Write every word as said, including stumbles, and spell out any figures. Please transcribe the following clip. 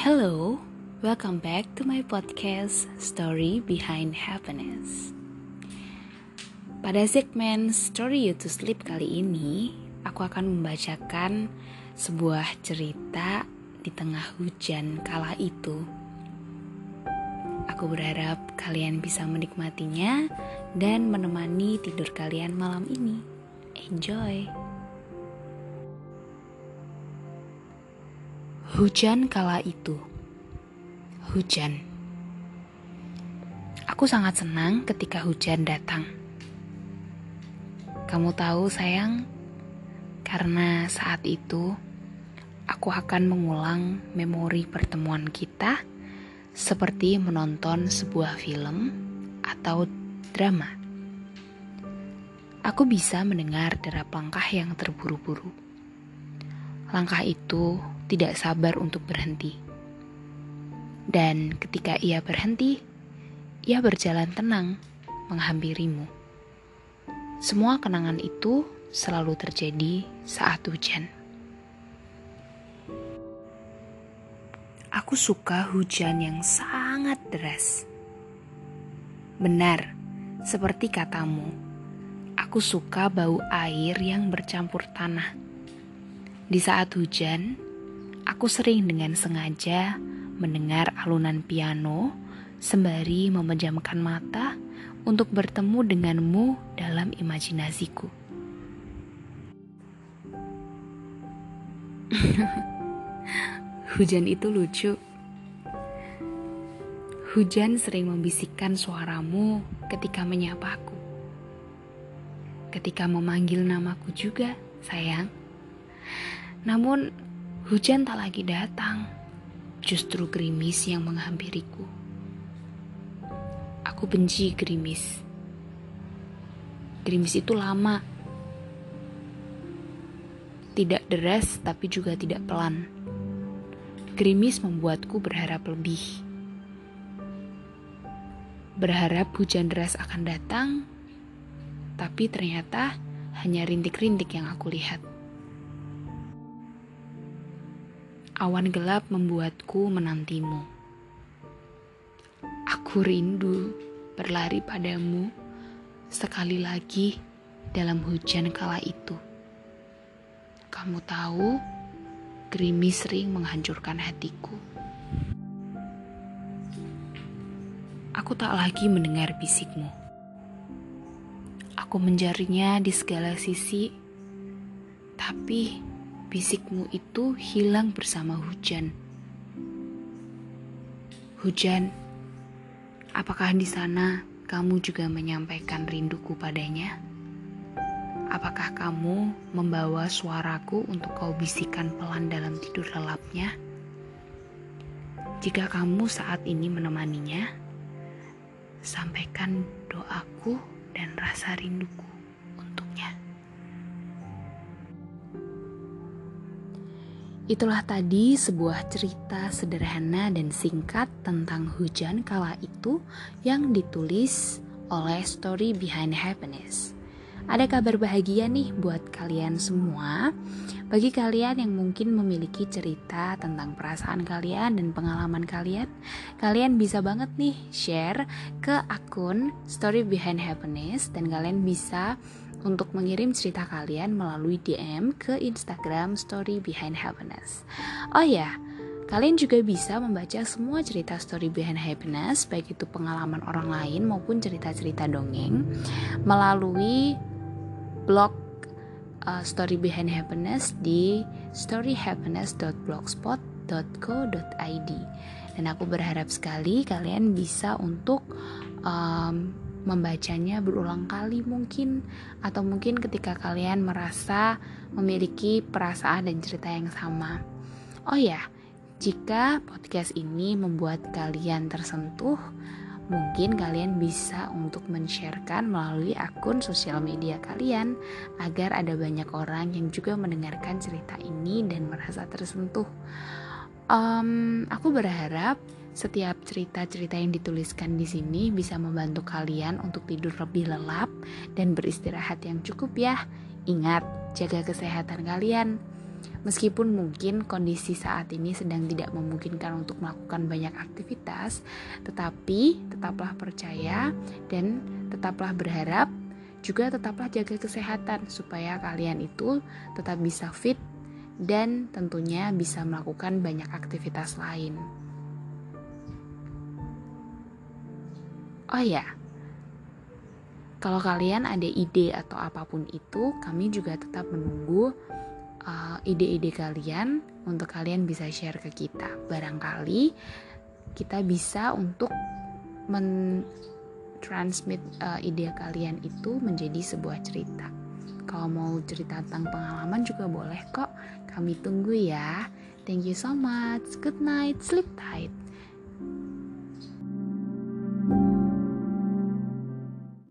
Hello, welcome back to my podcast Story Behind Happiness. Pada segmen Story You to Sleep kali ini, aku akan membacakan sebuah cerita di tengah hujan kala itu. Aku berharap kalian bisa menikmatinya dan menemani tidur kalian malam ini. Enjoy! Hujan kala itu. Hujan. Aku sangat senang ketika hujan datang. Kamu tahu sayang, karena saat itu aku akan mengulang memori pertemuan kita seperti menonton sebuah film atau drama. Aku bisa mendengar derap langkah yang terburu-buru. Langkah itu tidak sabar untuk berhenti. Dan ketika ia berhenti, ia berjalan tenang menghampirimu. Semua kenangan itu selalu terjadi saat hujan. Aku suka hujan yang sangat deras. Benar, seperti katamu, aku suka bau air yang bercampur tanah. Di saat hujan, aku sering dengan sengaja mendengar alunan piano sembari memejamkan mata untuk bertemu denganmu dalam imajinasiku. Hujan itu lucu. Hujan sering membisikkan suaramu ketika menyapaku. Ketika memanggil namaku juga, sayang. Namun, hujan tak lagi datang. Justru gerimis yang menghampiriku. Aku benci gerimis. Gerimis itu lama. Tidak deras, tapi juga tidak pelan. Gerimis membuatku berharap lebih. Berharap hujan deras akan datang, tapi ternyata hanya rintik-rintik yang aku lihat. Awan gelap membuatku menantimu. Aku rindu berlari padamu sekali lagi dalam hujan kala itu. Kamu tahu, gerimis sering menghancurkan hatiku. Aku tak lagi mendengar bisikmu. Aku mencarinya di segala sisi, tapi bisikmu itu hilang bersama hujan. Hujan, apakah di sana kamu juga menyampaikan rinduku padanya? Apakah kamu membawa suaraku untuk kau bisikan pelan dalam tidur lelapnya? Jika kamu saat ini menemaninya, sampaikan doaku dan rasa rinduku untuknya. Itulah tadi sebuah cerita sederhana dan singkat tentang hujan kala itu yang ditulis oleh Story Behind Happiness. Ada kabar bahagia nih buat kalian semua. Bagi kalian yang mungkin memiliki cerita tentang perasaan kalian dan pengalaman kalian, kalian bisa banget nih share ke akun Story Behind Happiness dan kalian bisa untuk mengirim cerita kalian melalui D M ke Instagram Story Behind Happiness. Oh ya, kalian juga bisa membaca semua cerita Story Behind Happiness, baik itu pengalaman orang lain maupun cerita-cerita dongeng, melalui blog uh, Story Behind Happiness di storyhappiness dot blogspot dot co dot i d. Dan aku berharap sekali kalian bisa untuk um, membacanya berulang kali mungkin, atau mungkin ketika kalian merasa memiliki perasaan dan cerita yang sama. Oh ya, jika podcast ini membuat kalian tersentuh, mungkin kalian bisa untuk men-sharekan melalui akun sosial media kalian agar ada banyak orang yang juga mendengarkan cerita ini dan merasa tersentuh. Um, aku berharap setiap cerita-cerita yang dituliskan di sini bisa membantu kalian untuk tidur lebih lelap dan beristirahat yang cukup ya. Ingat, jaga kesehatan kalian. Meskipun mungkin kondisi saat ini sedang tidak memungkinkan untuk melakukan banyak aktivitas, tetapi tetaplah percaya dan tetaplah berharap, juga tetaplah jaga kesehatan supaya kalian itu tetap bisa fit dan tentunya bisa melakukan banyak aktivitas lain. Oh ya, kalau kalian ada ide atau apapun itu, kami juga tetap menunggu Uh, ide-ide kalian untuk kalian bisa share ke kita. Barangkali kita bisa untuk men-transmit uh, ide kalian itu menjadi sebuah cerita. Kalau mau cerita tentang pengalaman juga boleh kok. Kami tunggu ya. Thank you so much. Good night. Sleep tight.